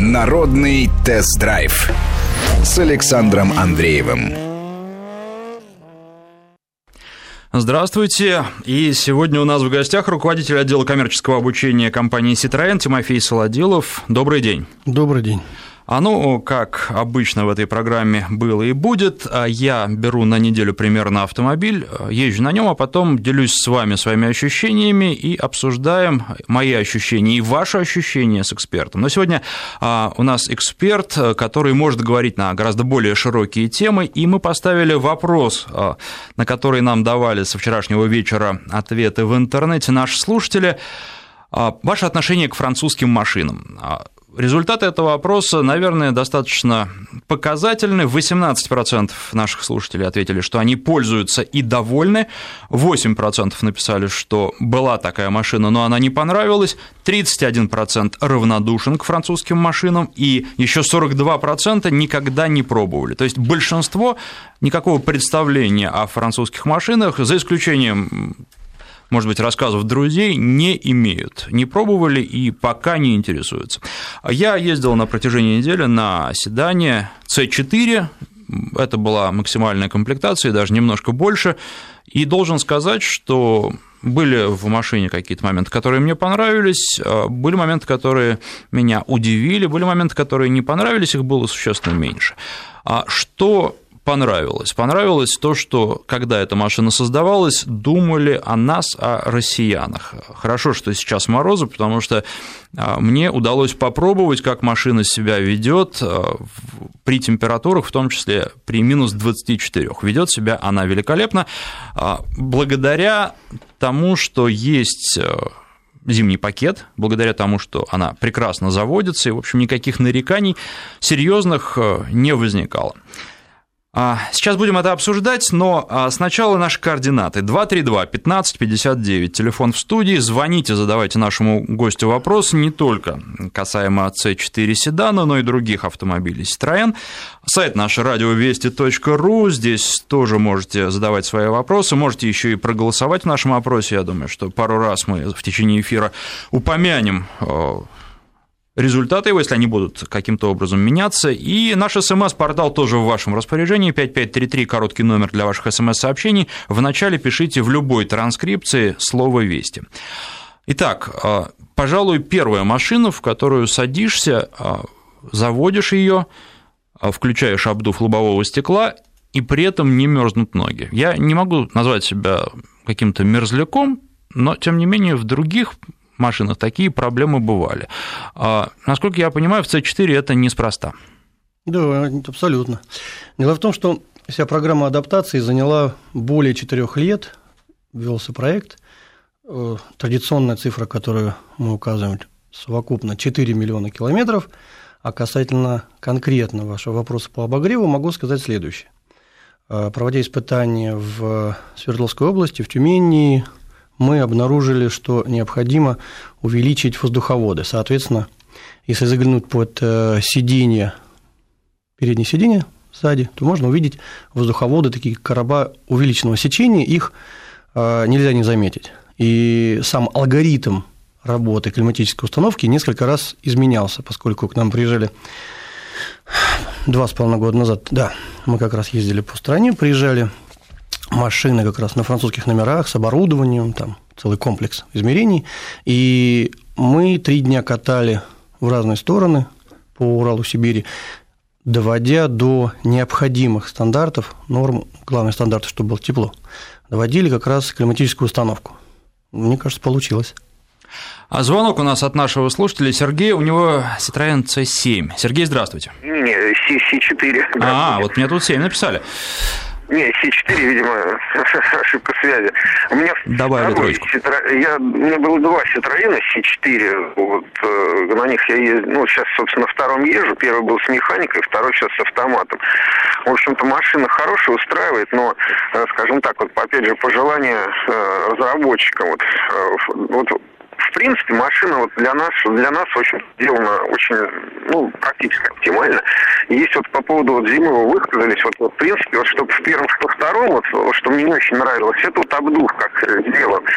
Народный тест-драйв с Александром Андреевым. Здравствуйте. И сегодня у нас в гостях руководитель отдела коммерческого обучения компании «Citroёn» Тимофей Солодилов. Добрый день. Добрый день. Как обычно в этой программе было и будет, я беру на неделю примерно автомобиль, езжу на нем, а потом делюсь с вами своими ощущениями и обсуждаем мои ощущения и ваши ощущения с экспертом. Но сегодня у нас эксперт, который может говорить на гораздо более широкие темы, и мы поставили вопрос, на который нам давали со вчерашнего вечера ответы в интернете наши слушатели. Ваше отношение к французским машинам. Результаты этого опроса, наверное, достаточно показательны. 18% наших слушателей ответили, что они пользуются и довольны. 8% написали, что была такая машина, но она не понравилась. 31% равнодушен к французским машинам. И еще 42% никогда не пробовали. То есть большинство никакого представления о французских машинах, за исключением, может быть, рассказов друзей, не имеют, не пробовали и пока не интересуются. Я ездил на протяжении недели на седане C4, это была максимальная комплектация, даже немножко больше, и должен сказать, что были в машине какие-то моменты, которые мне понравились, были моменты, которые меня удивили, были моменты, которые не понравились, их было существенно меньше. Что понравилось? Понравилось то, что, когда эта машина создавалась, думали о нас, о россиянах. Хорошо, что сейчас морозы, потому что мне удалось попробовать, как машина себя ведет при температурах, в том числе при минус 24. Ведет себя она великолепно, благодаря тому, что есть зимний пакет, благодаря тому, что она прекрасно заводится, и, в общем, никаких нареканий серьезных не возникало. Сейчас будем это обсуждать, но сначала наши координаты. 232-1559, телефон в студии. Звоните, задавайте нашему гостю вопросы не только касаемо C4 седана, но и других автомобилей Citroёn. Сайт наш радиовести.ру, здесь тоже можете задавать свои вопросы, можете еще и проголосовать в нашем опросе. Я думаю, что пару раз мы в течение эфира упомянем результаты его, если они будут каким-то образом меняться. И наш СМС-портал тоже в вашем распоряжении, 5533, короткий номер для ваших СМС-сообщений. Вначале пишите в любой транскрипции слово «Вести». Итак, пожалуй, первая машина, в которую садишься, заводишь ее, включаешь обдув лобового стекла, и при этом не мерзнут ноги. Я не могу назвать себя каким-то мерзляком, но, тем не менее, в других машинах такие проблемы бывали. Насколько я понимаю, в C4 это неспроста. Да, абсолютно. Дело в том, что вся программа адаптации заняла более 4 лет, велся проект. Традиционная цифра, которую мы указываем, совокупно 4 миллиона километров. А касательно конкретно вашего вопроса по обогреву, могу сказать следующее. Проводя испытания в Свердловской области, в Тюмени, мы обнаружили, что необходимо увеличить воздуховоды. Соответственно, если заглянуть под сиденье, переднее сиденье сзади, то можно увидеть воздуховоды, такие короба увеличенного сечения, их нельзя не заметить. И сам алгоритм работы климатической установки несколько раз изменялся, поскольку к нам приезжали 2,5 года назад, да, мы как раз ездили по стране, приезжали машины как раз на французских номерах с оборудованием, там целый комплекс измерений, и мы 3 дня катали в разные стороны по Уралу, Сибири, доводя до необходимых стандартов, норм, главный стандарт, чтобы было тепло, доводили как раз климатическую установку. Мне кажется, получилось. А звонок у нас от нашего слушателя Сергея, у него Citroёn C7. Сергей, здравствуйте. Не, C4. Вот мне тут 7 написали. Не, C4, видимо, ошибка связи. У меня добавили троечку. У меня было 2 Citroёn C4, вот, на них я ездил, сейчас, собственно, на втором езжу, первый был с механикой, второй сейчас с автоматом. В общем-то, машина хорошая, устраивает, но, скажем так, вот, опять же, пожелания разработчикам, вот в принципе, машина вот для нас очень сделана очень, практически оптимально. И есть вот по поводу вот зимы вы высказались, вот в принципе, вот чтобы в первом, что втором, вот что мне не очень нравилось, это вот обдув как сделан.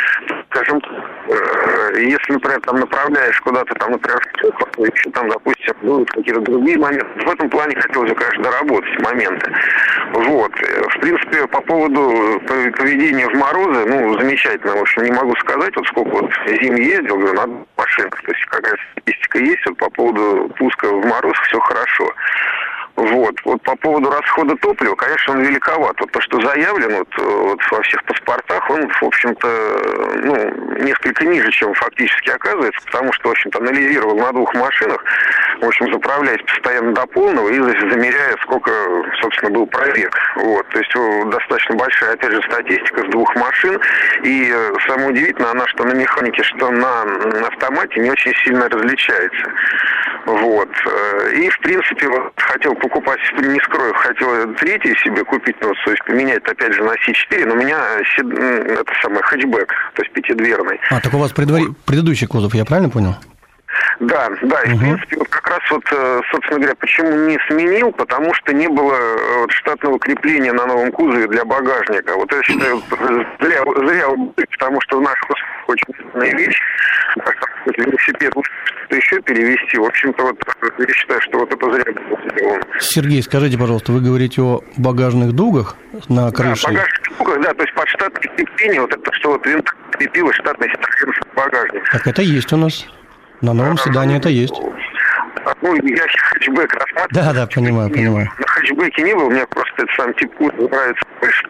скажем, если, например, там направляешь куда-то, там, например, еще там, допустим, какие-то другие моменты, в этом плане хотелось бы, конечно, доработать моменты. Вот. В принципе, по поводу поведения в морозы, замечательно, в общем, не могу сказать, вот сколько вот зим ездил, говорю, на машинах, то есть какая статистика есть, вот по поводу пуска в мороз все хорошо. Вот по поводу расхода топлива, конечно, он великоват. Вот то, что заявлено вот во всех паспортах, он, в общем-то, несколько ниже, чем фактически оказывается, потому что, в общем-то, анализировал на 2 машинах, в общем, заправляясь постоянно до полного и замеряя, сколько, собственно, был пробег. Вот. То есть достаточно большая, опять же, статистика с 2 машин. И самое удивительное, она что на механике, что на автомате не очень сильно различается. Вот. И, в принципе, вот хотел покупать, не скрою, хотел 3-й себе купить, то есть поменять, опять же, на C4, но у меня это самое хэтчбэк, то есть 5-дверный. Так у вас предыдущий кузов, я правильно понял? Да, и в принципе, вот как раз вот, собственно говоря, почему не сменил, потому что не было штатного крепления на новом кузове для багажника. Вот я считаю, зря, потому что в наших условиях очень ценная вещь, велосипед что-то еще перевести, в общем-то, вот я считаю, что вот это зря было сделано. Сергей, скажите, пожалуйста, вы говорите о багажных дугах на крыше? Да, багажных дугах, да, то есть под штатное крепление, вот это, что вот винт крепилось, штатный багажник. Так это есть у нас. На новом седане это есть. Я хэтчбэк рассматриваю. Да, понимаю. На хэтчбеке не был, мне просто этот сам тип кузова нравится больше.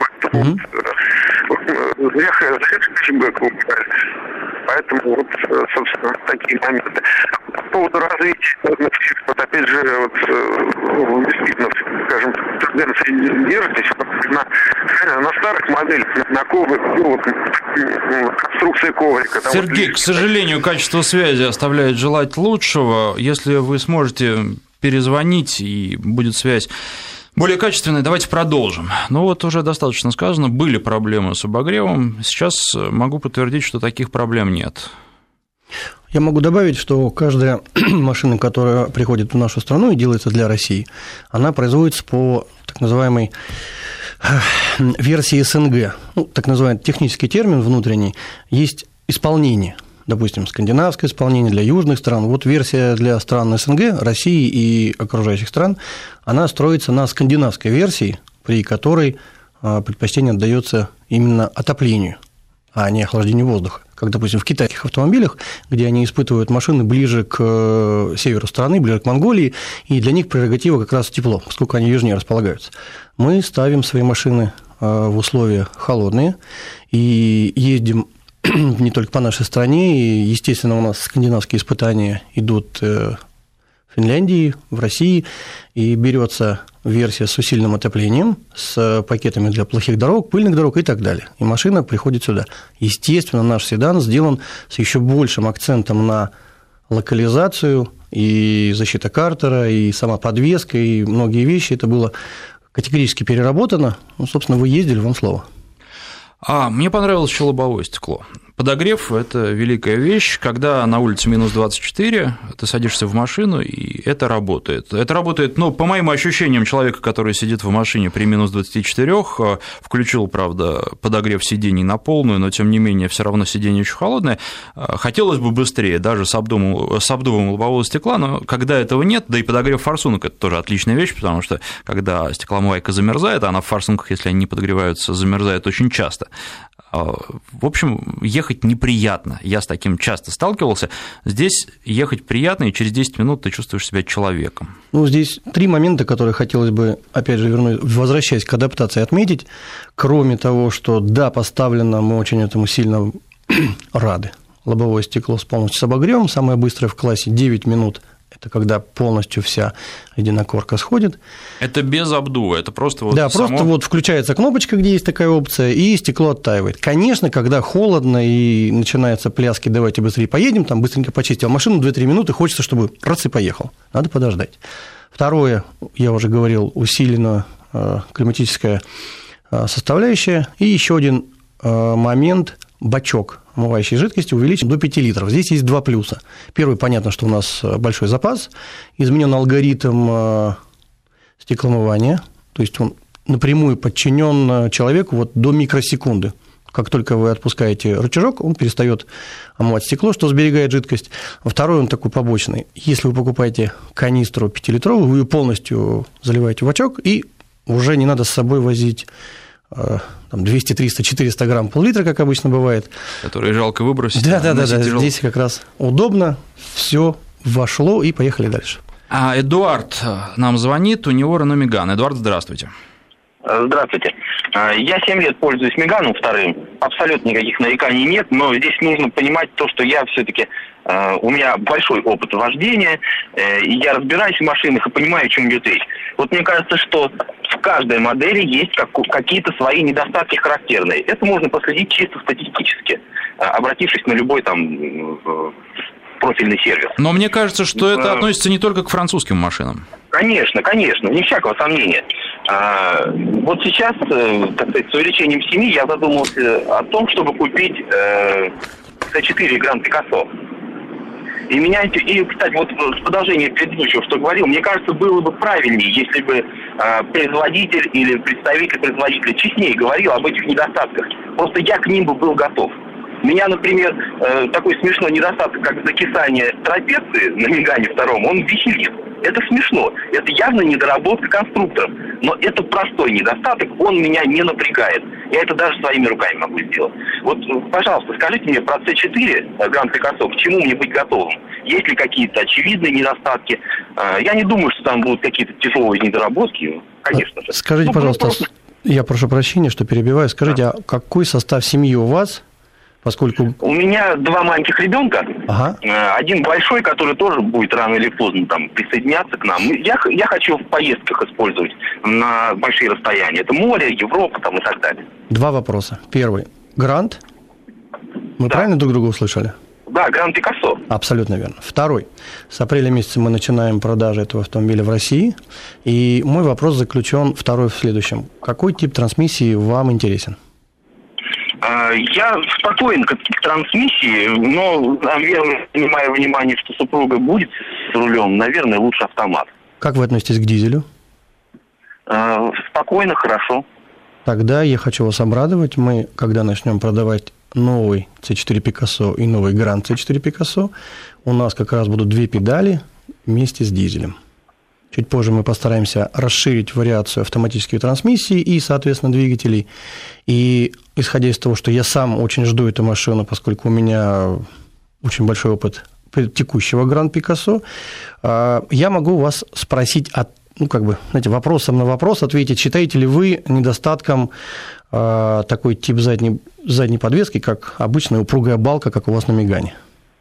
Зря хэтчбэк убрали. Поэтому вот, собственно, такие моменты. По поводу развития, вот опять же, вот, действительно, скажем, тенденция держитесь на старых моделях, на коврике, конструкция коврика. Сергей, к сожалению, качество связи оставляет желать лучшего. Если вы сможете перезвонить и будет связь более качественной, давайте продолжим. Вот уже достаточно сказано, были проблемы с обогревом, сейчас могу подтвердить, что таких проблем нет. Я могу добавить, что каждая машина, которая приходит в нашу страну и делается для России, она производится по так называемой версии СНГ. Так называемый технический термин внутренний, есть исполнение. Допустим, скандинавское исполнение для южных стран. Вот версия для стран СНГ, России и окружающих стран, она строится на скандинавской версии, при которой предпочтение отдается именно отоплению, а не охлаждению воздуха. Как, допустим, в китайских автомобилях, где они испытывают машины ближе к северу страны, ближе к Монголии, и для них прерогатива как раз тепло, поскольку они южнее располагаются. Мы ставим свои машины в условия холодные и ездим не только по нашей стране, и, естественно, у нас скандинавские испытания идут в Финляндии, в России, и берется версия с усиленным отоплением, с пакетами для плохих дорог, пыльных дорог и так далее. И машина приходит сюда. Естественно, наш седан сделан с еще большим акцентом на локализацию, и защита картера, и сама подвеска, и многие вещи. Это было категорически переработано. Собственно, вы ездили, вам слово. Мне понравилось еще лобовое стекло. Подогрев – это великая вещь, когда на улице минус 24, ты садишься в машину, и это работает. Это работает, по моим ощущениям, человека, который сидит в машине при минус 24, включил, правда, подогрев сидений на полную, но, тем не менее, все равно сиденье еще холодное, хотелось бы быстрее, даже с обдувом лобового стекла, но когда этого нет, да и подогрев форсунок – это тоже отличная вещь, потому что, когда стеклоомывайка замерзает, она в форсунках, если они не подогреваются, замерзает очень часто. В общем, ехать неприятно. Я с таким часто сталкивался. Здесь ехать приятно, и через 10 минут ты чувствуешь себя человеком. Здесь 3 момента, которые хотелось бы, опять же, возвращаясь к адаптации, отметить. Кроме того, что, да, поставлено, мы очень этому сильно рады. Лобовое стекло полностью с обогревом, самое быстрое в классе 9 минут. Это когда полностью вся ледяная корка сходит. Это без обдува, это просто вот да, само... просто вот включается кнопочка, где есть такая опция, и стекло оттаивает. Конечно, когда холодно и начинаются пляски, давайте быстрее поедем, там быстренько почистил машину, 2-3 минуты, хочется, чтобы раз и поехал. Надо подождать. Второе, я уже говорил, усилена климатическая составляющая. И еще один момент – бачок омывающей жидкости увеличен до 5 литров. Здесь есть 2 плюса. Первый, понятно, что у нас большой запас, изменен алгоритм стеклоомывания, то есть он напрямую подчинен человеку вот до микросекунды. как только вы отпускаете рычажок, он перестает омывать стекло, что сберегает жидкость. Второй, он такой побочный. Если вы покупаете канистру 5-литровую, вы ее полностью заливаете в бачок, и уже не надо с собой возить 200, 300, 400 грамм, пол-литра, как обычно бывает. Которые жалко выбросить. Да. Здесь как раз удобно, все вошло, и поехали дальше. А Эдуард нам звонит, у него Renault Megane. Эдуард, здравствуйте. Здравствуйте. Я 7 лет пользуюсь Меганом вторым. Абсолютно никаких нареканий нет, но здесь нужно понимать то, что я все-таки у меня большой опыт вождения, и я разбираюсь в машинах и понимаю, о чем идет речь. Вот мне кажется, что в каждой модели есть какие-то свои недостатки характерные. Это можно проследить чисто статистически, обратившись на любой там профильный сервис. Но мне кажется, что это относится не только к французским машинам. Конечно, вне всякого сомнения. Вот сейчас, так сказать, с увеличением семьи я задумался о том, чтобы купить C4 Grand Picasso. И, кстати, вот в продолжение предыдущего, что говорил, мне кажется, было бы правильнее, если бы производитель или представитель производителя честнее говорил об этих недостатках. Просто я к ним бы был готов. Меня, например, такой смешной недостаток, как закисание трапеции на Мегане втором, он веселит. Это смешно. Это явно недоработка конструкторов. Но это простой недостаток, он меня не напрягает. Я это даже своими руками могу сделать. Вот, пожалуйста, скажите мне про C4 Grand Picasso, к чему мне быть готовым? Есть ли какие-то очевидные недостатки? Я не думаю, что там будут какие-то тяжелые недоработки, конечно же. Скажите, пожалуйста, я прошу прощения, что перебиваю. Скажите, а какой состав семьи у вас? Поскольку... У меня 2 маленьких ребенка, ага. Один большой, который тоже будет рано или поздно там присоединяться к нам. Я хочу в поездках использовать на большие расстояния. Это море, Европа там и так далее. 2 вопроса. Первый. Гранд. Мы правильно друг друга услышали? Да, Гранд Пикассо. Абсолютно верно. Второй. С апреля месяца мы начинаем продажи этого автомобиля в России. И мой вопрос заключен второй в следующем. Какой тип трансмиссии вам интересен? Я спокоен к трансмиссии, но, наверное, принимая во внимание, что супруга будет с рулем, наверное, лучше автомат. Как вы относитесь к дизелю? Спокойно, хорошо. Тогда я хочу вас обрадовать. Мы, когда начнем продавать новый C4 Picasso и новый Grand C4 Picasso, у нас как раз будут 2 педали вместе с дизелем. Чуть позже мы постараемся расширить вариацию автоматической трансмиссии и, соответственно, двигателей. И исходя из того, что я сам очень жду эту машину, поскольку у меня очень большой опыт текущего Grand Picasso, я могу вас спросить, вопросом на вопрос ответить, считаете ли вы недостатком такой тип задней подвески, как обычная упругая балка, как у вас на Мегане?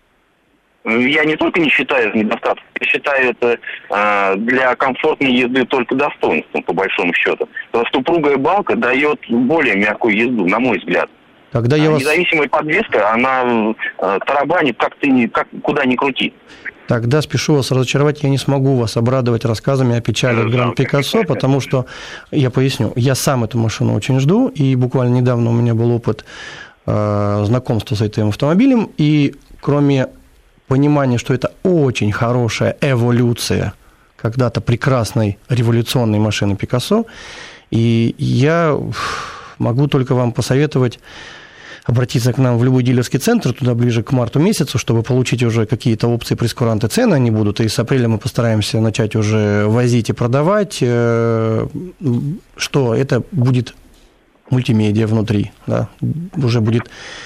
Я не только не считаю это недостатком, я считаю это для комфортной езды только достоинством, по большому счету. Потому что упругая балка дает более мягкую езду, на мой взгляд. Тогда независимая подвеска, она тарабанит куда ни крути. Тогда спешу вас разочаровать, я не смогу вас обрадовать рассказами о печали Grand Picasso, потому что, я поясню, я сам эту машину очень жду, и буквально недавно у меня был опыт знакомства с этим автомобилем, и кроме понимания, что это очень хорошая эволюция когда-то прекрасной революционной машины Picasso, и я могу только вам посоветовать обратиться к нам в любой дилерский центр, туда ближе к марту месяцу, чтобы получить уже какие-то опции, прейскуранты, цены они будут, и с апреля мы постараемся начать уже возить и продавать, что это будет мультимедиа внутри, да? Уже будет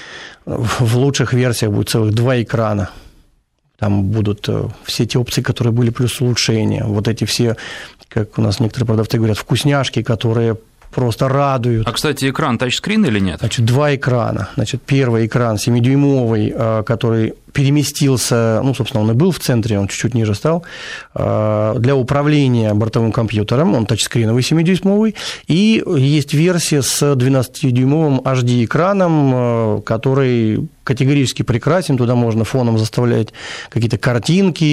в лучших версиях будет целых 2 экрана. Там будут все те опции, которые были, плюс улучшения. Вот эти все, как у нас некоторые продавцы говорят, вкусняшки, которые просто радуют. А, кстати, экран тачскрин или нет? Значит, 2 экрана. Значит, первый экран 7-дюймовый, который переместился, собственно, он и был в центре, он чуть-чуть ниже стал, для управления бортовым компьютером, он тачскриновый 7-дюймовый, и есть версия с 12-дюймовым HD-экраном, который категорически прекрасен, туда можно фоном заставлять какие-то картинки,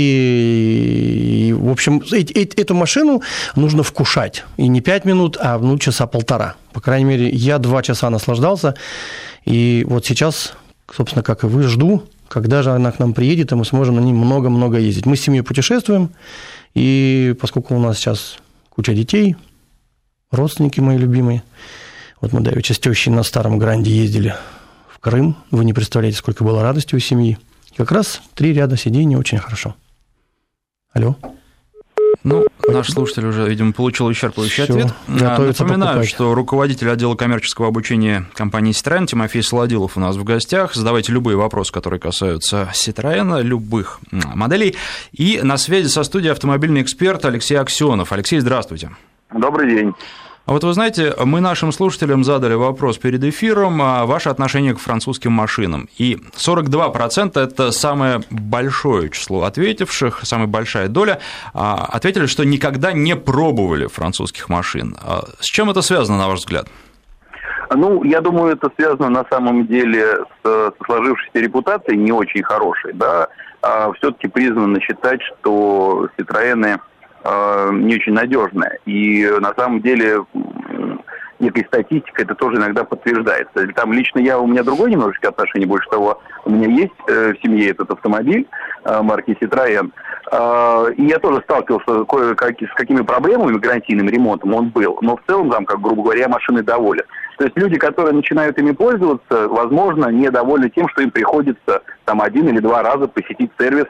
и, в общем, эту машину нужно вкушать, и не 5 минут, а часа полтора. По крайней мере, я 2 часа наслаждался, и вот сейчас, собственно, как и вы, жду, когда же она к нам приедет, и мы сможем на ней много-много ездить. Мы с семьей путешествуем, и поскольку у нас сейчас куча детей, родственники мои любимые, Вот мы давеча с тещей на старом Гранде ездили в Крым. Вы не представляете, сколько было радости у семьи. Как раз 3 ряда сидений, очень хорошо. Алло. Ну, наш слушатель уже, видимо, получил исчерпывающий ответ. Напоминаю, что руководитель отдела коммерческого обучения компании Citroёn Тимофей Солодилов у нас в гостях. Задавайте любые вопросы, которые касаются Citroёn, любых моделей. И на связи со студией автомобильный эксперт Алексей Аксенов. Алексей, здравствуйте. Добрый день. А вот вы знаете, мы нашим слушателям задали вопрос перед эфиром, ваше отношение к французским машинам. И 42% – это самое большое число ответивших, самая большая доля, ответили, что никогда не пробовали французских машин. С чем это связано, на ваш взгляд? Ну, я думаю, это связано на самом деле с сложившейся репутацией, не очень хорошей, да. Все-таки признано считать, что Citroёны не очень надежная. И на самом деле некая статистика это тоже иногда подтверждается. Там лично у меня другое немножечко отношение. Больше того, у меня есть в семье этот автомобиль марки Citroёn. И я тоже сталкивался с какими проблемами, гарантийным ремонтом он был. Но в целом, там, как, грубо говоря, машины доволен. То есть люди, которые начинают ими пользоваться, возможно, недовольны тем, что им приходится там 1 или 2 раза посетить сервис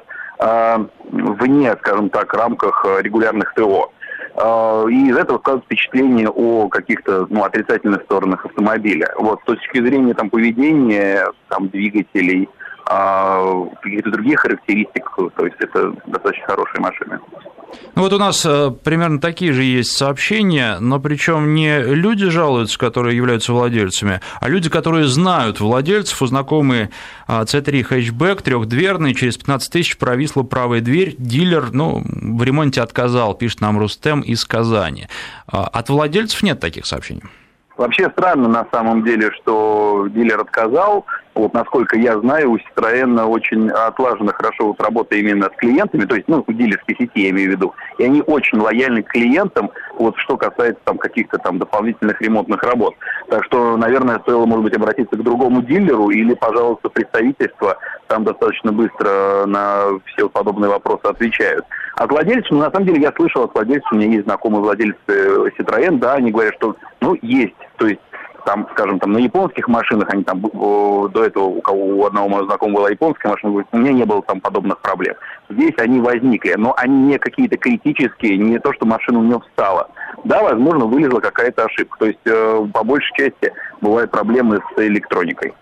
вне, скажем так, рамках регулярных ТО. И из этого складывается впечатление о каких-то отрицательных сторонах автомобиля. Вот, с точки зрения там, поведения, там, двигателей, каких-то других характеристик, то есть это достаточно хорошие машины. Ну вот у нас примерно такие же есть сообщения, но причем не люди жалуются, которые являются владельцами, а люди, которые знают владельцев. У знакомый C3 хэтчбэк, 3-дверный, через 15 тысяч провисла правая дверь, дилер в ремонте отказал, пишет нам Рустем из Казани. От владельцев нет таких сообщений. Вообще странно на самом деле, что дилер отказал. Вот, насколько я знаю, у Citroёn очень отлажена хорошо вот работа именно с клиентами, то есть, дилерской сети я имею в виду. И они очень лояльны к клиентам, вот, что касается там каких-то там дополнительных ремонтных работ. Так что, наверное, стоило, может быть, обратиться к другому дилеру или, пожалуйста, представительство. Там достаточно быстро на все подобные вопросы отвечают. От владельцев, на самом деле, я слышал от владельцев, у меня есть знакомые владельцы Citroёn, да, они говорят, что, есть, то есть, там, скажем, там на японских машинах, они там до этого у одного моего знакомого была японская машина, говорит, у меня не было там подобных проблем. Здесь они возникли, но они не какие-то критические, не то, что машина у него встала. Да, возможно, вылезла какая-то ошибка. То есть, по большей части, бывают проблемы с электроникой.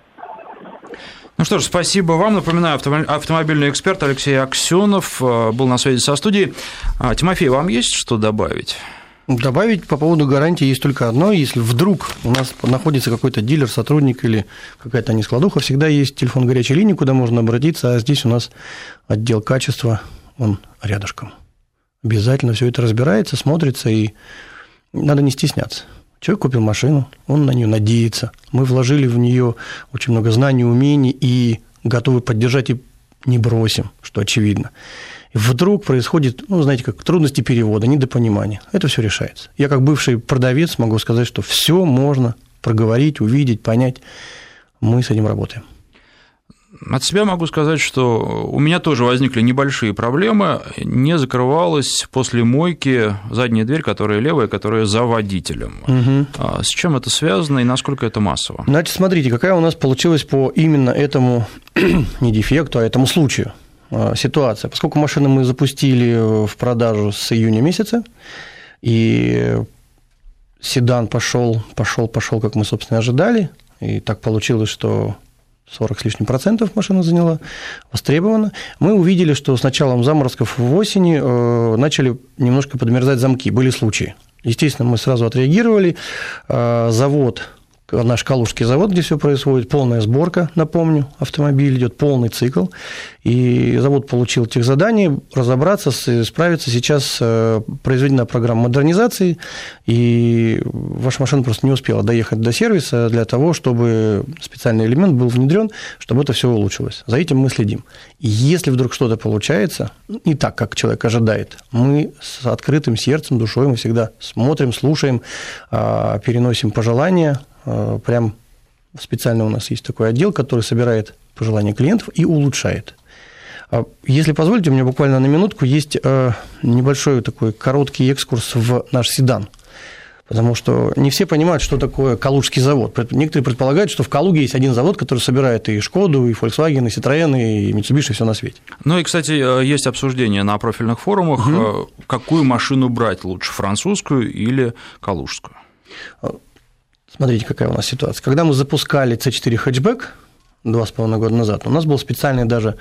Ну что ж, спасибо вам. Напоминаю, автомобильный эксперт Алексей Аксенов был на связи со студией. Тимофей, вам есть что добавить? Добавить по поводу гарантии есть только одно. Если вдруг у нас находится какой-то дилер, сотрудник или какая-то нескладуха, всегда есть телефон горячей линии, куда можно обратиться, а здесь у нас отдел качества, он рядышком. Обязательно все это разбирается, смотрится, и надо не стесняться. Человек купил машину, он на нее надеется. Мы вложили в нее очень много знаний, умений и готовы поддержать и не бросим, что очевидно. И вдруг происходит, знаете, как трудности перевода, недопонимание. Это все решается. Я как бывший продавец могу сказать, что все можно проговорить, увидеть, понять. Мы с этим работаем. От себя могу сказать, что у меня тоже возникли небольшие проблемы. Не закрывалась после мойки задняя дверь, которая левая, которая за водителем. Угу. С чем это связано и насколько это массово? Значит, смотрите, какая у нас получилась по именно этому, не дефекту, а этому случаю ситуация. Поскольку машину мы запустили в продажу с июня месяца, и седан пошел, как мы, собственно, ожидали, и так получилось, что 40 с лишним процентов машина заняла, востребована. Мы увидели, что с началом заморозков в осени начали немножко подмерзать замки, были случаи. Естественно, мы сразу отреагировали. Завод, наш Калужский завод, где все происходит, полная сборка, напомню, автомобиль идет полный цикл, и завод получил техзадание разобраться, справиться. Сейчас произведена программа модернизации, и ваша машина просто не успела доехать до сервиса для того, чтобы специальный элемент был внедрен, чтобы это все улучшилось. За этим мы следим. И если вдруг что-то получается не так, как человек ожидает, мы с открытым сердцем, душой, мы всегда смотрим, слушаем, переносим пожелания. Прям специально у нас есть такой отдел, который собирает пожелания клиентов и улучшает. Если позволите, у меня буквально на минутку есть небольшой такой короткий экскурс в наш седан. Потому что не все понимают, что такое Калужский завод. Некоторые предполагают, что в Калуге есть один завод, который собирает и «Шкоду», и «Фольксваген», и «Ситроен», и «Митсубиши», и все на свете. Ну и, кстати, есть обсуждение на профильных форумах, какую машину брать лучше, французскую или калужскую? Смотрите, какая у нас ситуация. Когда мы запускали C4 хэтчбэк 2,5 года назад, у нас была специальная даже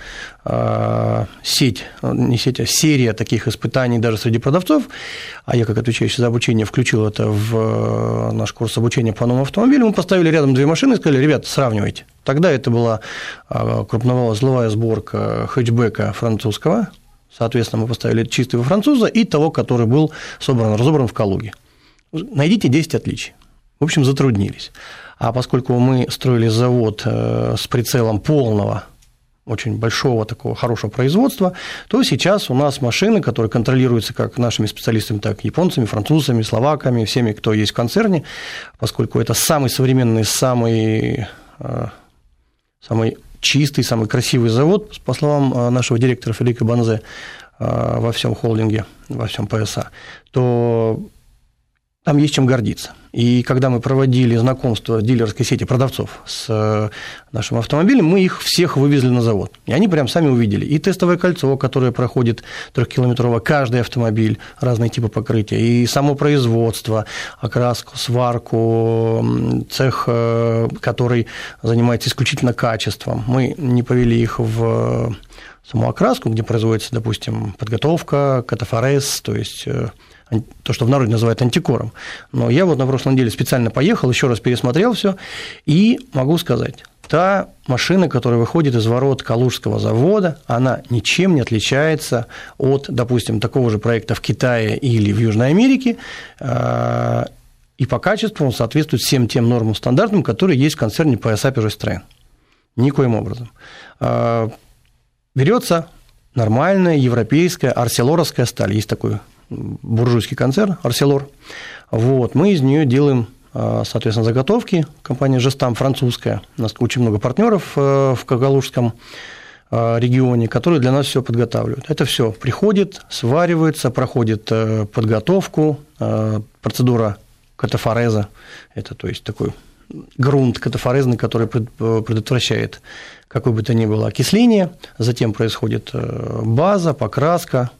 серия таких испытаний даже среди продавцов, а я, как отвечающий за обучение, включил это в наш курс обучения по новому автомобилю. Мы поставили рядом две машины и сказали: ребята, сравнивайте. Тогда это была крупноваловая сборка хэтчбека французского, соответственно, мы поставили чистого француза и того, который был разобран в Калуге. Найдите 10 отличий. В общем, затруднились. А поскольку мы строили завод с прицелом полного, очень большого такого хорошего производства, то сейчас у нас машины, которые контролируются как нашими специалистами, так и японцами, французами, словаками, всеми, кто есть в концерне, поскольку это самый современный, самый чистый, самый красивый завод, по словам нашего директора Федерико Банзе, во всем холдинге, во всем ПСА, то там есть чем гордиться. И когда мы проводили знакомство дилерской сети продавцов с нашим автомобилем, мы их всех вывезли на завод. И они прям сами увидели. И тестовое кольцо, которое проходит 3-километровое, каждый автомобиль, разные типы покрытия, и само производство, окраску, сварку, цех, который занимается исключительно качеством. Мы не повели их в саму окраску, где производится, допустим, подготовка, катафорез, то есть то, что в народе называют антикором. Но я вот на прошлой неделе специально поехал, еще раз пересмотрел все, и могу сказать, та машина, которая выходит из ворот Калужского завода, она ничем не отличается от, допустим, такого же проекта в Китае или в Южной Америке, и по качеству он соответствует всем тем нормам, стандартам, которые есть в концерне PSA Peugeot Citroën. Никоим образом. Берется нормальная европейская арселоровская сталь, есть такой буржуйский концерн Арселор. Вот, мы из нее делаем, соответственно, заготовки. Компания Gestam французская. У нас очень много партнеров в Калужском регионе, которые для нас все подготавливают. Это все приходит, сваривается, проходит подготовку, процедура катафореза. Это, то есть, такой грунт катафорезный, который предотвращает какое бы то ни было окисление. Затем происходит база, покраска.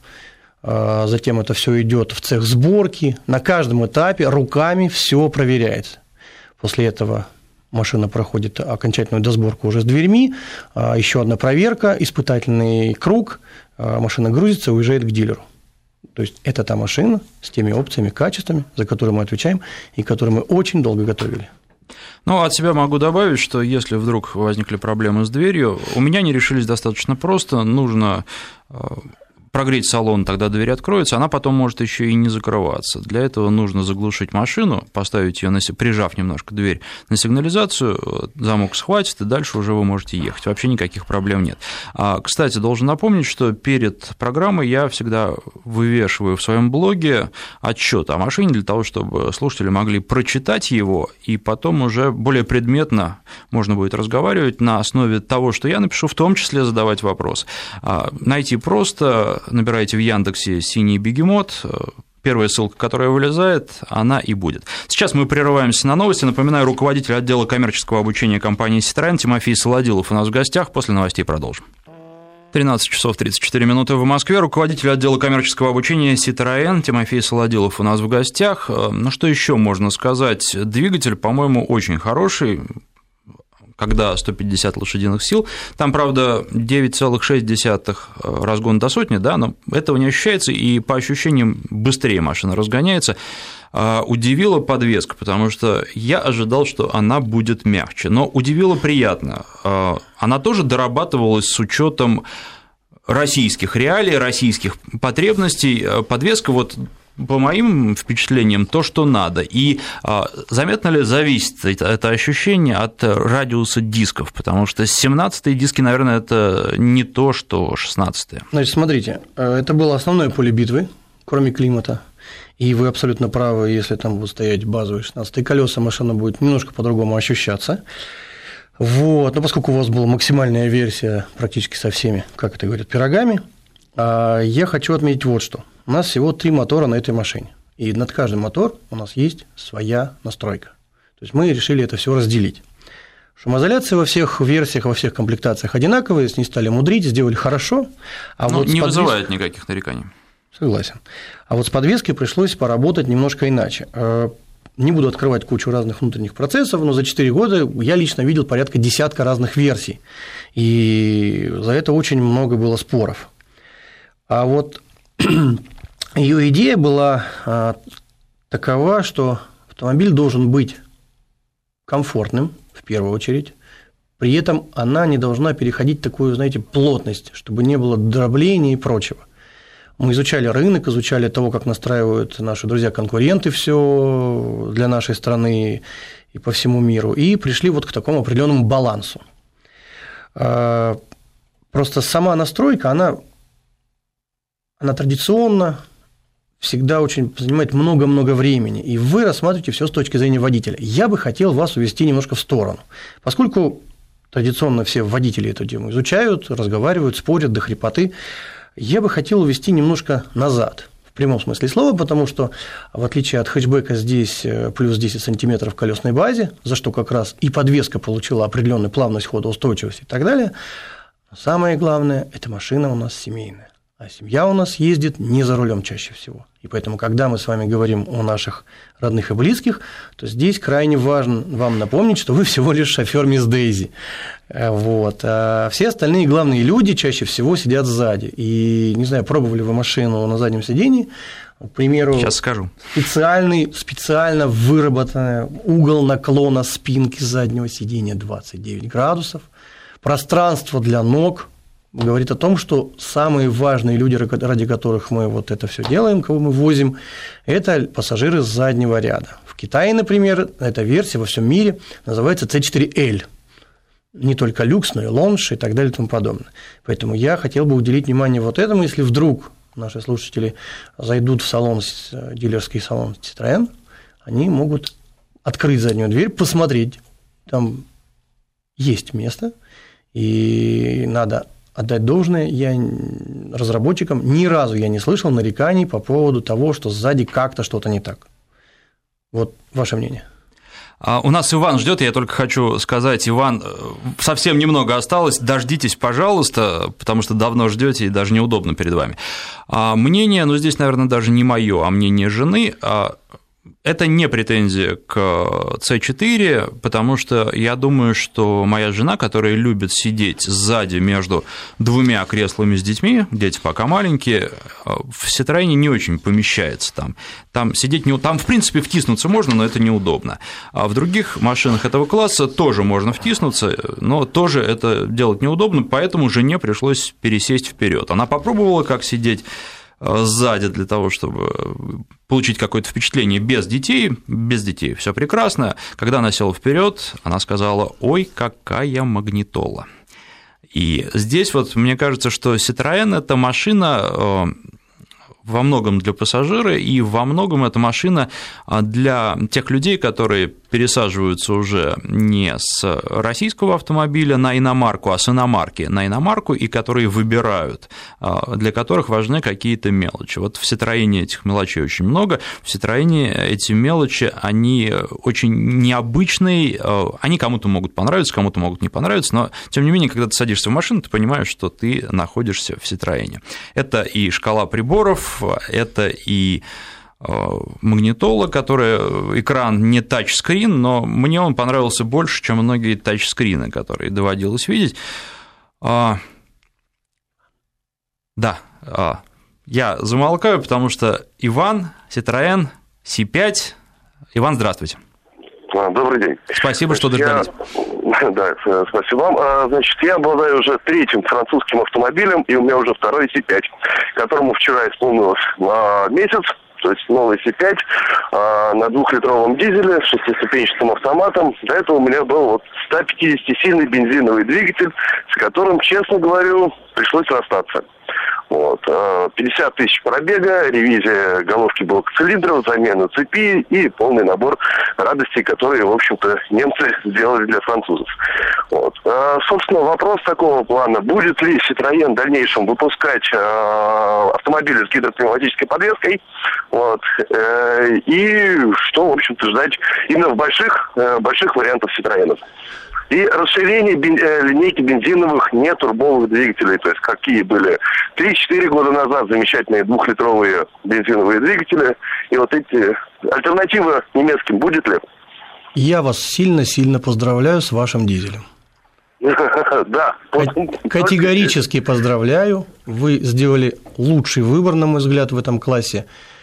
Затем это все идет в цех сборки. На каждом этапе руками все проверяется. После этого машина проходит окончательную досборку уже с дверьми, еще одна проверка, испытательный круг, машина грузится и уезжает к дилеру. То есть это та машина с теми опциями, качествами, за которые мы отвечаем и которые мы очень долго готовили. Ну, от себя могу добавить, что если вдруг возникли проблемы с дверью, у меня они решились достаточно просто. Нужно прогреть салон, тогда дверь откроется, она потом может еще и не закрываться. Для этого нужно заглушить машину, поставить ее, прижав немножко дверь на сигнализацию, замок схватит, и дальше уже вы можете ехать. Вообще никаких проблем нет. Кстати, должен напомнить, что перед программой я всегда вывешиваю в своем блоге отчет о машине для того, чтобы слушатели могли прочитать его, и потом уже более предметно можно будет разговаривать на основе того, что я напишу, в том числе задавать вопросы. Найти просто. Набираете в Яндексе «Синий бегемот», первая ссылка, которая вылезает, она и будет. Сейчас мы прерываемся на новости. Напоминаю, руководитель отдела коммерческого обучения компании «Citroën» Тимофей Солодилов у нас в гостях. После новостей продолжим. 13 часов 34 минуты в Москве. Руководитель отдела коммерческого обучения «Citroën» Тимофей Солодилов у нас в гостях. Ну, что еще можно сказать? Двигатель, по-моему, очень хороший. Когда 150 лошадиных сил, там, правда, 9,6 разгон до сотни, да, но этого не ощущается, и по ощущениям быстрее машина разгоняется. Удивила подвеска, потому что я ожидал, что она будет мягче, но удивила приятно. Она тоже дорабатывалась с учетом российских реалий, российских потребностей. Подвеска вот по моим впечатлениям, то, что надо. И заметно ли зависит это ощущение от радиуса дисков? Потому что 17-е диски, наверное, это не то, что 16-е. Значит, смотрите, это было основное поле битвы, кроме климата. И вы абсолютно правы, если там будут стоять базовые 16-е колеса, машина будет немножко по-другому ощущаться. Вот. Но поскольку у вас была максимальная версия практически со всеми, как это говорят, пирогами, я хочу отметить вот что. У нас всего 3 мотора на этой машине. И над каждым мотор у нас есть своя настройка. То есть мы решили это все разделить. Шумоизоляция во всех версиях, во всех комплектациях одинаковая, не стали мудрить, сделали хорошо. Не вызывает никаких нареканий. Согласен. А вот с подвеской пришлось поработать немножко иначе. Не буду открывать кучу разных внутренних процессов, но за 4 года я лично видел порядка десятка разных версий. И за это очень много было споров. А вот ее идея была такова, что автомобиль должен быть комфортным, в первую очередь, при этом она не должна переходить такую, знаете, плотность, чтобы не было дробления и прочего. Мы изучали рынок, изучали того, как настраивают наши друзья-конкуренты все для нашей страны и по всему миру, и пришли вот к такому определенному балансу. Просто сама настройка, она традиционно всегда очень занимает много-много времени, и вы рассматриваете все с точки зрения водителя. Я бы хотел вас увести немножко в сторону, поскольку традиционно все водители эту тему изучают, разговаривают, спорят до хрипоты. Я бы хотел увести немножко назад, в прямом смысле слова, потому что, в отличие от хэтчбека, здесь плюс 10 сантиметров в колесной базе, за что как раз и подвеска получила определенную плавность хода, устойчивость и так далее. Но самое главное, эта машина у нас семейная. А семья у нас ездит не за рулем чаще всего. И поэтому, когда мы с вами говорим о наших родных и близких, то здесь крайне важно вам напомнить, что вы всего лишь шофёр мисс Дейзи. Вот. А все остальные главные люди чаще всего сидят сзади. И, не знаю, пробовали вы машину на заднем сидении, к примеру, сейчас скажу. Специально выработанный угол наклона спинки заднего сидения 29 градусов, пространство для ног говорит о том, что самые важные люди, ради которых мы вот это все делаем, кого мы возим, это пассажиры с заднего ряда. В Китае, например, эта версия во всем мире называется C4L. Не только люкс, но и лонж и так далее и тому подобное. Поэтому я хотел бы уделить внимание вот этому, если вдруг наши слушатели зайдут в салон, дилерский салон Citroën, они могут открыть заднюю дверь, посмотреть, там есть место, и надо отдать должное, разработчикам ни разу я не слышал нареканий по поводу того, что сзади как-то что-то не так. Вот ваше мнение. У нас Иван ждет, я только хочу сказать, Иван, совсем немного осталось, дождитесь, пожалуйста, потому что давно ждете и даже неудобно перед вами. Мнение, здесь, наверное, даже не мое, а мнение жены. Это не претензия к C4, потому что я думаю, что моя жена, которая любит сидеть сзади между двумя креслами с детьми, дети пока маленькие, в Citroёn не очень помещается там. Там сидеть там, в принципе, втиснуться можно, но это неудобно. А в других машинах этого класса тоже можно втиснуться, но тоже это делать неудобно, поэтому жене пришлось пересесть вперед. Она попробовала, как сидеть сзади для того, чтобы получить какое-то впечатление без детей все прекрасно. Когда она села вперед, она сказала: «Ой, какая магнитола». И здесь вот мне кажется, что Citroёn – это машина во многом для пассажира, и во многом это машина для тех людей, которые пересаживаются уже не с российского автомобиля на иномарку, а с иномарки на иномарку, и которые выбирают, для которых важны какие-то мелочи. Вот в Citroёn этих мелочей очень много, в Citroёn эти мелочи, они очень необычные, они кому-то могут понравиться, кому-то могут не понравиться, но, тем не менее, когда ты садишься в машину, ты понимаешь, что ты находишься в Citroёn. Это и шкала приборов, это и магнитола, которая экран не тачскрин, но мне он понравился больше, чем многие тачскрины, которые доводилось видеть. Я замолкаю, потому что Иван, Citroёn C5. Иван, здравствуйте. Добрый день. Спасибо, что дождались. Да, спасибо вам. Значит, я обладаю уже третьим французским автомобилем, и у меня уже второй C5, которому вчера исполнилось месяц. То есть новый C5 на 2-литровом дизеле с 6-ступенчатым автоматом. До этого у меня был 150-сильный бензиновый двигатель, с которым, честно говорю, пришлось расстаться. Вот. 50 тысяч пробега, ревизия головки блока цилиндров, замена цепи и полный набор радостей, которые, в общем-то, немцы сделали для французов. Вот. Собственно, вопрос такого плана: будет ли Citroën в дальнейшем выпускать автомобили с гидропневматической подвеской, вот, и что, в общем-то, ждать именно в больших вариантах Citroën. И расширение линейки бензиновых нетурбовых двигателей, то есть какие были 3-4 года назад замечательные 2-литровые бензиновые двигатели, и вот эти альтернативы немецким будет ли? Я вас сильно-сильно поздравляю с вашим дизелем. Да. Категорически поздравляю. Вы сделали лучший выбор, на мой взгляд, в этом классе.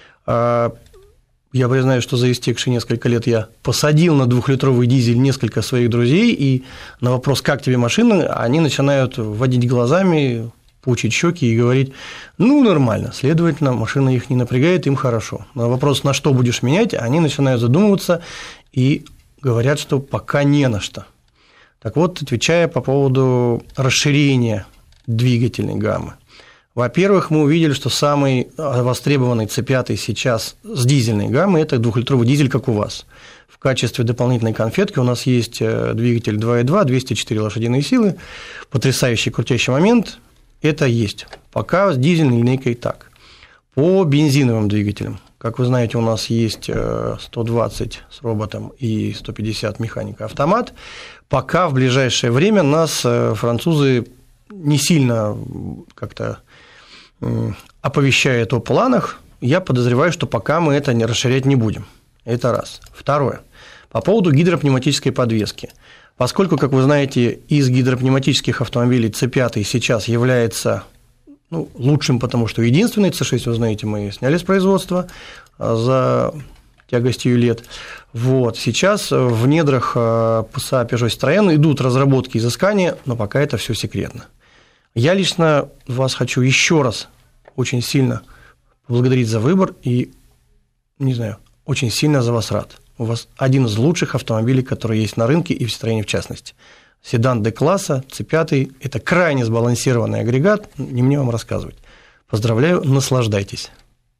Я признаю, что за истекшие несколько лет я посадил на 2-литровый дизель несколько своих друзей, и на вопрос «как тебе машина?», они начинают водить глазами, пучить щеки и говорить: ну, нормально, следовательно, машина их не напрягает, им хорошо. На вопрос «на что будешь менять?», они начинают задумываться и говорят, что пока не на что. Так вот, отвечая по поводу расширения двигательной гаммы. Во-первых, мы увидели, что самый востребованный C5 сейчас с дизельной гаммы – это 2-литровый дизель, как у вас. В качестве дополнительной конфетки у нас есть двигатель 2.2, 204 лошадиные силы, потрясающий крутящий момент – это есть. Пока с дизельной линейкой так. По бензиновым двигателям, как вы знаете, у нас есть 120 с роботом и 150 механика-автомат. Пока в ближайшее время нас французы не сильно как-то оповещает о планах, я подозреваю, что пока мы это не расширять не будем. Это раз. Второе. По поводу гидропневматической подвески. Поскольку, как вы знаете, из гидропневматических автомобилей C5 сейчас является лучшим, потому что единственный C6, вы знаете, мы сняли с производства за тягостью лет. Вот. Сейчас в недрах PSA Peugeot Citroën идут разработки, изыскания, но пока это все секретно. Я лично вас хочу еще раз очень сильно поблагодарить за выбор и, не знаю, очень сильно за вас рад. У вас один из лучших автомобилей, которые есть на рынке и в Citroën в частности. Седан D-класса, C5 – это крайне сбалансированный агрегат, не мне вам рассказывать. Поздравляю, наслаждайтесь.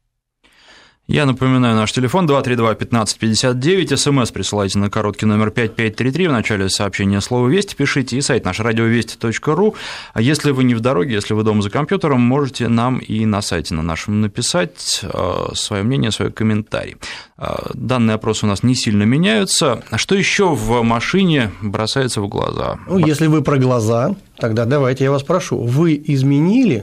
Я напоминаю, наш телефон 232-1559, СМС присылайте на короткий номер 5533, в начале сообщения слово «Вести» пишите, и сайт наш радиовести.ру. А если вы не в дороге, если вы дома за компьютером, можете нам и на сайте на нашем написать свое мнение, свой комментарий. Данные опросы у нас не сильно меняются. Что еще в машине бросается в глаза? Если вы про глаза, тогда давайте я вас прошу, вы изменили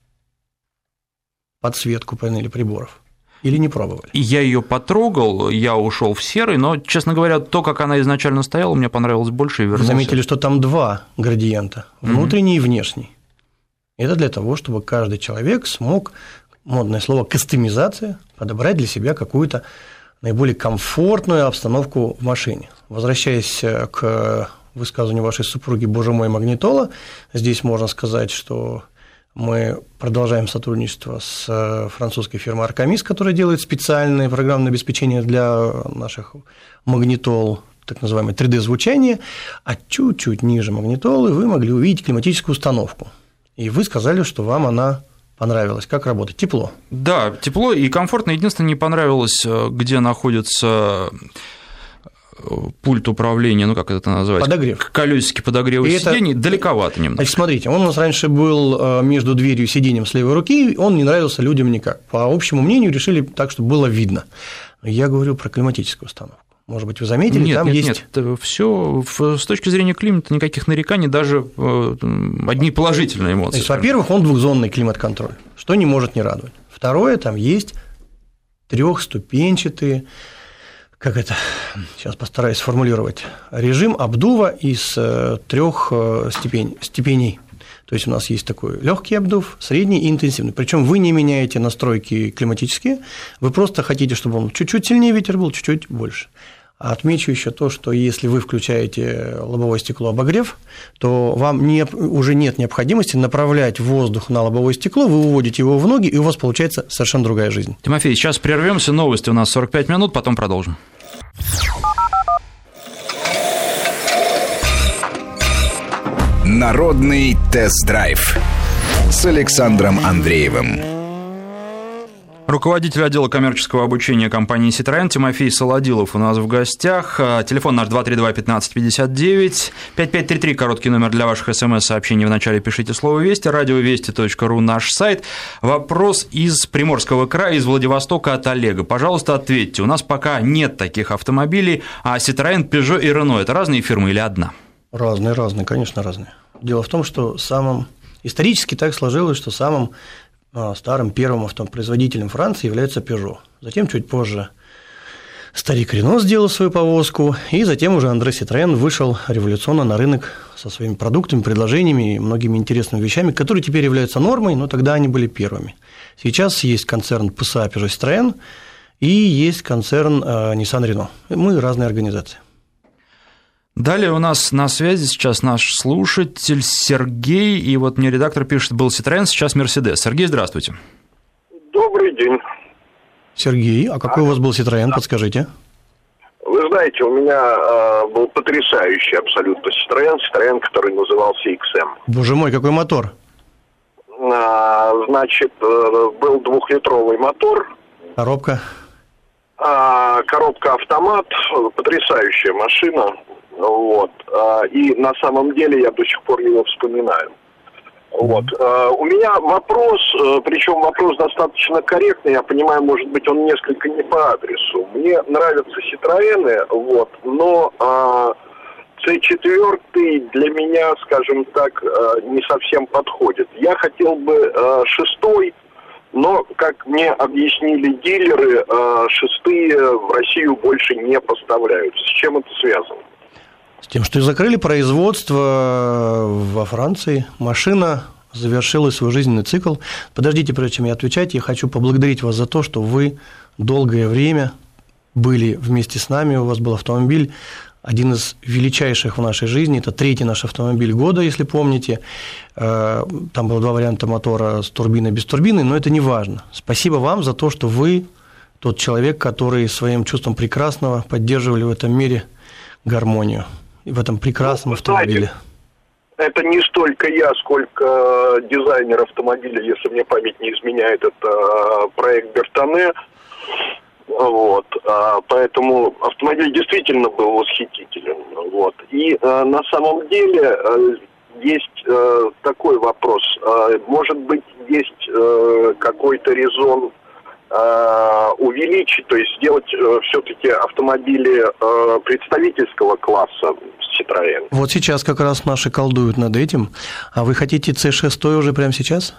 подсветку панели приборов? Или не пробовали? Я ее потрогал, я ушел в серый, но, честно говоря, то, как она изначально стояла, мне понравилось больше и вернулся. Вы заметили, что там два градиента, внутренний и внешний. Это для того, чтобы каждый человек смог, модное слово «кастомизация», подобрать для себя какую-то наиболее комфортную обстановку в машине. Возвращаясь к высказыванию вашей супруги «Боже мой, магнитола», здесь можно сказать, что мы продолжаем сотрудничество с французской фирмой Arcamis, которая делает специальное программное обеспечение для наших магнитол, так называемое 3D-звучание, а чуть-чуть ниже магнитолы вы могли увидеть климатическую установку. И вы сказали, что вам она понравилась. Как работает? Тепло. Да, тепло и комфортно. Единственное, не понравилось, где находится пульт управления, как это называется? Подогрев. Колесики подогрева сидений, далековато немного. Значит, смотрите, он у нас раньше был между дверью и сиденьем с левой руки, он не нравился людям никак. По общему мнению, решили так, чтобы было видно. Я говорю про климатическую установку. Может быть, вы заметили, нет, там нет, есть… Нет, все с точки зрения климата никаких нареканий, даже одни положительные эмоции. Значит, во-первых, он двухзонный климат-контроль, что не может не радовать. Второе, там есть трехступенчатые, как это, сейчас постараюсь сформулировать, режим обдува из 3 степеней. То есть у нас есть такой легкий обдув, средний и интенсивный. Причем вы не меняете настройки климатические, вы просто хотите, чтобы он чуть-чуть сильнее ветер был, чуть-чуть больше. А отмечу еще то, что если вы включаете лобовое стекло обогрев, то вам уже нет необходимости направлять воздух на лобовое стекло, вы уводите его в ноги, и у вас получается совершенно другая жизнь. Тимофей, сейчас прервемся, новости у нас 45 минут, потом продолжим. Народный тест-драйв с Александром Андреевым. Руководитель отдела коммерческого обучения компании «Citroёn» Тимофей Солодилов у нас в гостях. Телефон наш 232-1559, 5533, короткий номер для ваших смс-сообщений. В начале пишите слово «Вести», радиовести.ру наш сайт. Вопрос из Приморского края, из Владивостока от Олега. Пожалуйста, ответьте. У нас пока нет таких автомобилей, а «Citroёn», «Peugeot» и «Renault» – это разные фирмы или одна? Разные, конечно, разные. Дело в том, что исторически так сложилось, что самым старым первым автопроизводителем Франции является Peugeot. Затем, чуть позже, старик Рено сделал свою повозку, и затем уже Андре Citroën вышел революционно на рынок со своими продуктами, предложениями и многими интересными вещами, которые теперь являются нормой, но тогда они были первыми. Сейчас есть концерн PSA Peugeot Citroën и есть концерн Nissan Renault. Мы разные организации. Далее у нас на связи сейчас наш слушатель Сергей, и вот мне редактор пишет, был Citroёn, сейчас Mercedes. Сергей, здравствуйте. Добрый день. Сергей, а какой у вас был Citroёn, подскажите? Вы знаете, у меня был потрясающий абсолютно Citroёn, который назывался XM. Боже мой, какой мотор? Значит, был 2-литровый мотор. Коробка? Коробка автомат, потрясающая машина. Вот. И на самом деле я до сих пор его вспоминаю. Вот. У меня вопрос, причем вопрос достаточно корректный, я понимаю, может быть, он несколько не по адресу. Мне нравятся Citroёны, вот, но C4 для меня, скажем так, не совсем подходит. Я хотел бы 6-й, но, как мне объяснили дилеры, 6-е в Россию больше не поставляются. С чем это связано? С тем, что закрыли производство во Франции, машина завершила свой жизненный цикл. Подождите, прежде чем я отвечать, я хочу поблагодарить вас за то, что вы долгое время были вместе с нами, у вас был автомобиль, один из величайших в нашей жизни, это 3-й наш автомобиль года, если помните. Там было 2 варианта мотора с турбиной, без турбины, но это не важно. Спасибо вам за то, что вы тот человек, который своим чувством прекрасного поддерживали в этом мире гармонию. И в этом прекрасном автомобиле. Это не столько я, сколько дизайнер автомобиля, если мне память не изменяет, это проект Бертоне. Вот. Поэтому автомобиль действительно был восхитителен. Вот. И на самом деле есть такой вопрос. Может быть, есть какой-то резон увеличить, то есть сделать все-таки автомобили представительского класса Citroёn. Вот сейчас как раз наши колдуют над этим. А вы хотите C6 уже прямо сейчас?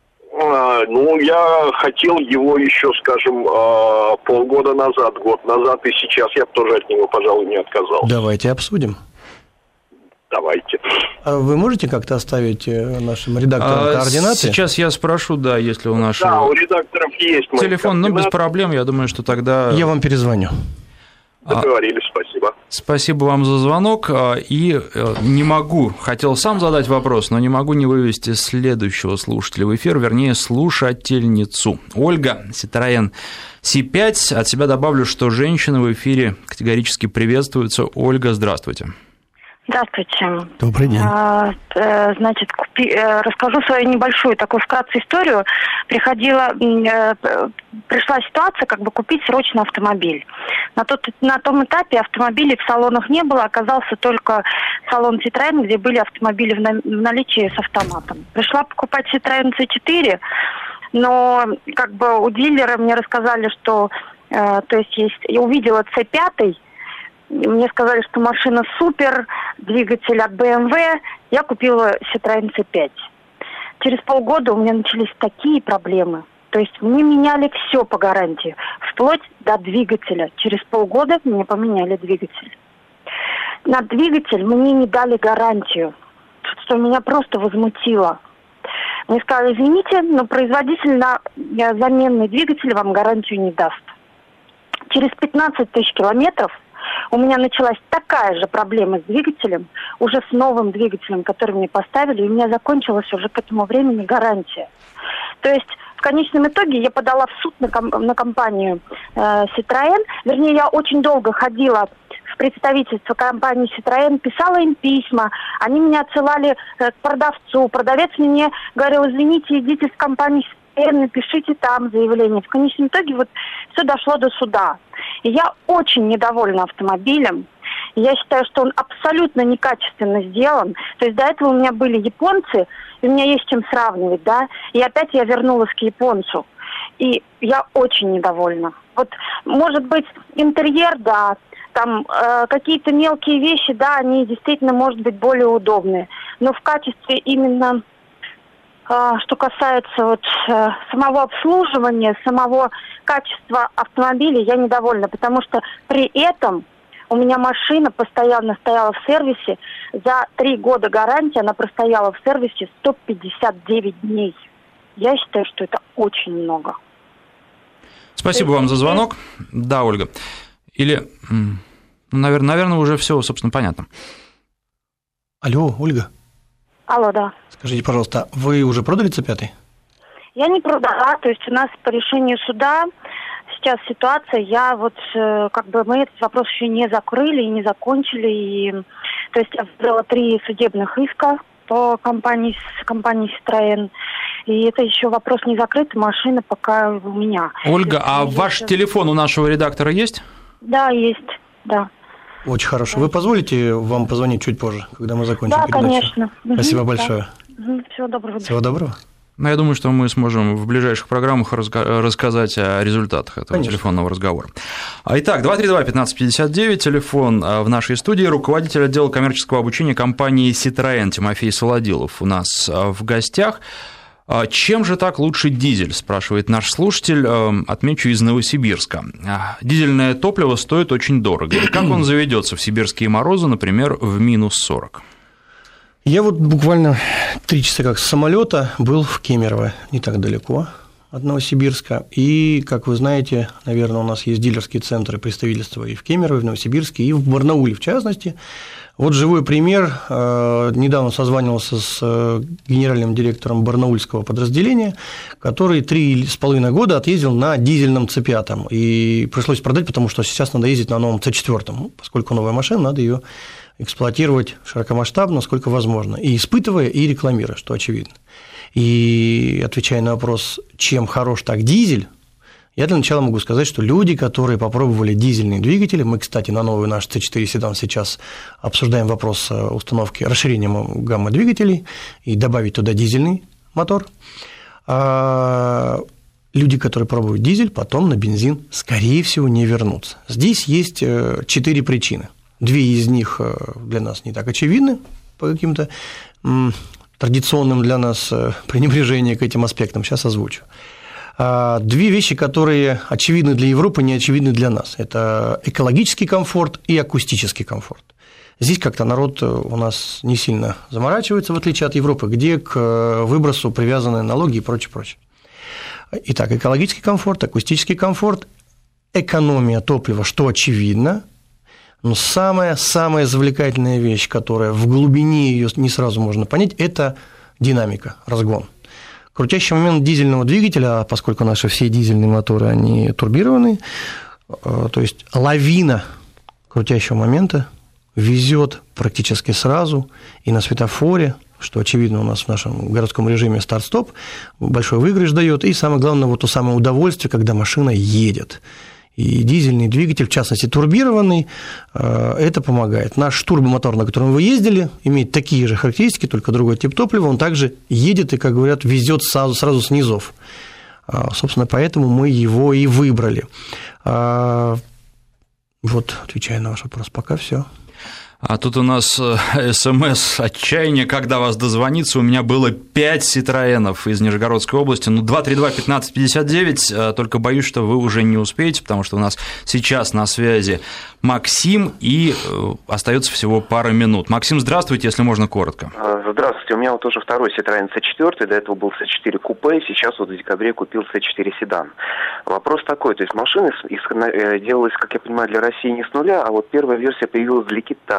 Ну, я хотел его еще, скажем, полгода назад, год назад, и сейчас я бы тоже от него, пожалуй, не отказался. Давайте обсудим. Давайте. А вы можете как-то оставить нашим редакторам координаты? Сейчас я спрошу, да, если у нашего... Да, у редакторов есть мои телефон, но без проблем, я думаю, что тогда... Я вам перезвоню. Договорились, спасибо. Спасибо вам за звонок. И не могу, хотел сам задать вопрос, но не могу не вывести следующего слушателя в эфир, вернее, слушательницу. Ольга, Citroёn C5. От себя добавлю, что женщины в эфире категорически приветствуются. Ольга, здравствуйте. Здравствуйте. Добрый день. Значит, расскажу свою небольшую такую вкратце историю. Пришла ситуация, как бы купить срочно автомобиль. На том этапе автомобилей в салонах не было, оказался только салон Citroёn, где были автомобили в наличии с автоматом. Пришла покупать Citroёn C4, но как бы у дилера мне рассказали, что я увидела C5, мне сказали, что машина супер, двигатель от BMW. Я купила Citroёn C5. Через полгода у меня начались такие проблемы. То есть мне меняли все по гарантии, вплоть до двигателя. Через полгода мне поменяли двигатель. На двигатель мне не дали гарантию, что меня просто возмутило. Мне сказали, извините, но производитель на заменный двигатель вам гарантию не даст. Через 15 тысяч километров у меня началась такая же проблема с двигателем, уже с новым двигателем, который мне поставили, и у меня закончилась уже к этому времени гарантия. То есть в конечном итоге я подала в суд на компанию Citroёn. Вернее, я очень долго ходила в представительство компании Citroën, писала им письма, они меня отсылали к продавцу. Продавец мне говорил: извините, идите в компанию Citroën, напишите там заявление. В конечном итоге вот все дошло до суда. И я очень недовольна автомобилем. Я считаю, что он абсолютно некачественно сделан. То есть до этого у меня были японцы, и у меня есть чем сравнивать, да. И опять я вернулась к японцу. И я очень недовольна. Вот, может быть, интерьер, да, там какие-то мелкие вещи, да, они действительно, может быть, более удобные. Но в качестве именно, что касается вот самого обслуживания, самого качества автомобиля, я недовольна, потому что при этом у меня машина постоянно стояла в сервисе. За 3 года гарантии она простояла в сервисе 159 дней. Я считаю, что это очень много. Спасибо вам за звонок. Да, Ольга. Или, наверное, уже все, собственно, понятно. Алло, Ольга. Алло, да. Скажите, пожалуйста, вы уже продали C5? Я не продала, то есть у нас по решению суда сейчас ситуация, я вот, мы этот вопрос еще не закрыли и не закончили, и, то есть я выиграла 3 судебных иска по компании Citroën, и это еще вопрос не закрыт, машина пока у меня. Ольга, а ваш телефон у нашего редактора есть? Да, есть, да. Очень хорошо. Вы позволите вам позвонить чуть позже, когда мы закончим передачу? Да, конечно. Спасибо большое. Да. Всего доброго. Всего доброго. Я думаю, что мы сможем в ближайших программах рассказать о результатах этого телефонного разговора. Итак, 232-1559, телефон в нашей студии, руководитель отдела коммерческого обучения компании Citroën Тимофей Солодилов у нас в гостях. Чем же так лучше дизель, спрашивает наш слушатель, отмечу, из Новосибирска. Дизельное топливо стоит очень дорого. И как он заведется в сибирские морозы, например, в минус 40? Я вот буквально 3 часа как с самолета был в Кемерово, не так далеко от Новосибирска. И, как вы знаете, наверное, у нас есть дилерские центры представительства и в Кемерово, и в Новосибирске, и в Барнауле, в частности. Вот живой пример. Недавно созванивался с генеральным директором барнаульского подразделения, который 3,5 года отъездил на дизельном C5. И пришлось продать, потому что сейчас надо ездить на новом C4. Поскольку новая машина, надо ее эксплуатировать широкомасштабно, насколько возможно, и испытывая, и рекламируя, что очевидно. И отвечая на вопрос, чем хорош так дизель, я для начала могу сказать, что люди, которые попробовали дизельные двигатели, мы, кстати, на новый наш C4 седан сейчас обсуждаем вопрос установки, расширения гаммы двигателей и добавить туда дизельный мотор, люди, которые пробуют дизель, потом на бензин, скорее всего, не вернутся. Здесь есть 4 причины. 2 из них для нас не так очевидны по каким-то традиционным для нас пренебрежениям к этим аспектам. Сейчас озвучу. 2 вещи, которые очевидны для Европы, не очевидны для нас. Это экологический комфорт и акустический комфорт. Здесь как-то народ у нас не сильно заморачивается, в отличие от Европы, где к выбросу привязаны налоги и прочее, прочее. Итак, экологический комфорт, акустический комфорт, экономия топлива, что очевидно. Но самая завлекательная вещь, которая в глубине ее не сразу можно понять, это динамика, разгон. Крутящий момент дизельного двигателя, поскольку наши все дизельные моторы, они турбированные, то есть лавина крутящего момента везет практически сразу и на светофоре, что очевидно у нас в нашем городском режиме старт-стоп, большой выигрыш дает, и самое главное, вот то самое удовольствие, когда машина едет. И дизельный двигатель, в частности турбированный, это помогает. Наш турбомотор, на котором вы ездили, имеет такие же характеристики, только другой тип топлива, он также едет и, как говорят, везет сразу с низов. Собственно, поэтому мы его и выбрали. Вот, отвечая на ваш вопрос, пока все. А тут у нас СМС отчаяния, когда вас дозвониться. У меня было 5 Citroёнов из Нижегородской области. 232-1559, только боюсь, что вы уже не успеете, потому что у нас сейчас на связи Максим, и остается всего пара минут. Максим, здравствуйте, если можно, коротко. Здравствуйте, у меня вот уже второй Citroёn C4, до этого был C4 купе, сейчас вот в декабре купил C4 седан. Вопрос такой, то есть машина делалась, как я понимаю, для России не с нуля, а вот первая версия появилась для Китая.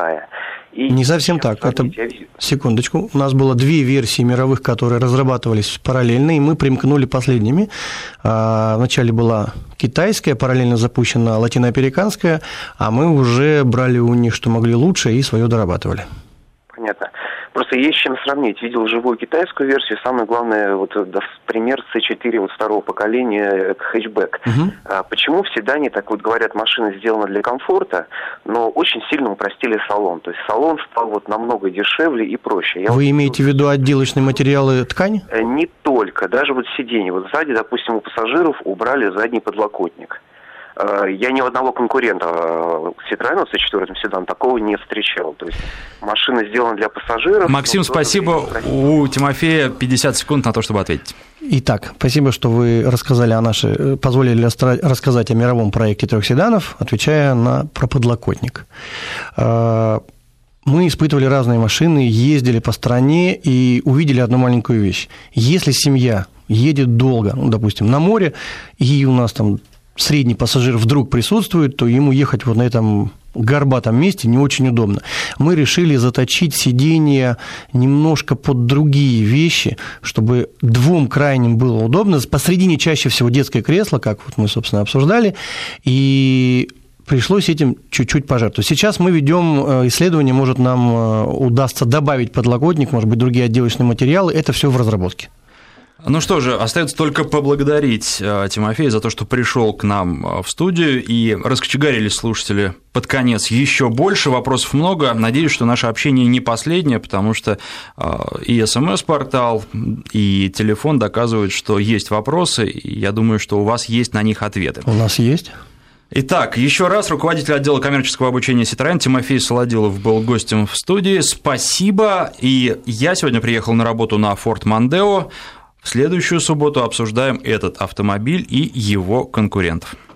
Китая. И не совсем так. Это... Секундочку. У нас было 2 версии мировых, которые разрабатывались параллельно, и мы примкнули последними. Вначале была китайская, параллельно запущена латиноамериканская, а мы уже брали у них, что могли лучше, и свое дорабатывали. Понятно. Просто есть с чем сравнить. Видел живую китайскую версию. Самое главное, вот пример C4 вот второго поколения хэтчбэк. Почему в седане, так вот говорят, машина сделана для комфорта, но очень сильно упростили салон. То есть салон стал вот намного дешевле и проще. Вы имеете в виду отделочные материалы ткани? Не только. Даже вот сиденье. Вот сзади, допустим, у пассажиров убрали задний подлокотник. Я ни у одного конкурента Citroёn C4 седан такого не встречал. То есть машина сделана для пассажиров. Максим, спасибо. У Тимофея 50 секунд на то, чтобы ответить. Итак, спасибо, что вы рассказали позволили рассказать о мировом проекте 3 седанов, отвечая про подлокотник. Мы испытывали разные машины, ездили по стране и увидели одну маленькую вещь. Если семья едет долго, допустим, на море, и у нас там средний пассажир вдруг присутствует, то ему ехать вот на этом горбатом месте не очень удобно. Мы решили заточить сиденье немножко под другие вещи, чтобы 2 крайним было удобно. Посредине чаще всего детское кресло, как вот мы, собственно, обсуждали, и пришлось этим чуть-чуть пожертвовать. Сейчас мы ведем исследование, может, нам удастся добавить подлокотник, может быть, другие отделочные материалы. Это все в разработке. Ну что же, остается только поблагодарить Тимофея за то, что пришел к нам в студию, и раскочегарились слушатели под конец еще больше, вопросов много. Надеюсь, что наше общение не последнее, потому что и СМС-портал, и телефон доказывают, что есть вопросы, и я думаю, что у вас есть на них ответы. У нас есть. Итак, еще раз руководитель отдела коммерческого обучения Citroёn Тимофей Солодилов был гостем в студии. Спасибо. И я сегодня приехал на работу на Ford Mondeo. В следующую субботу обсуждаем этот автомобиль и его конкурентов.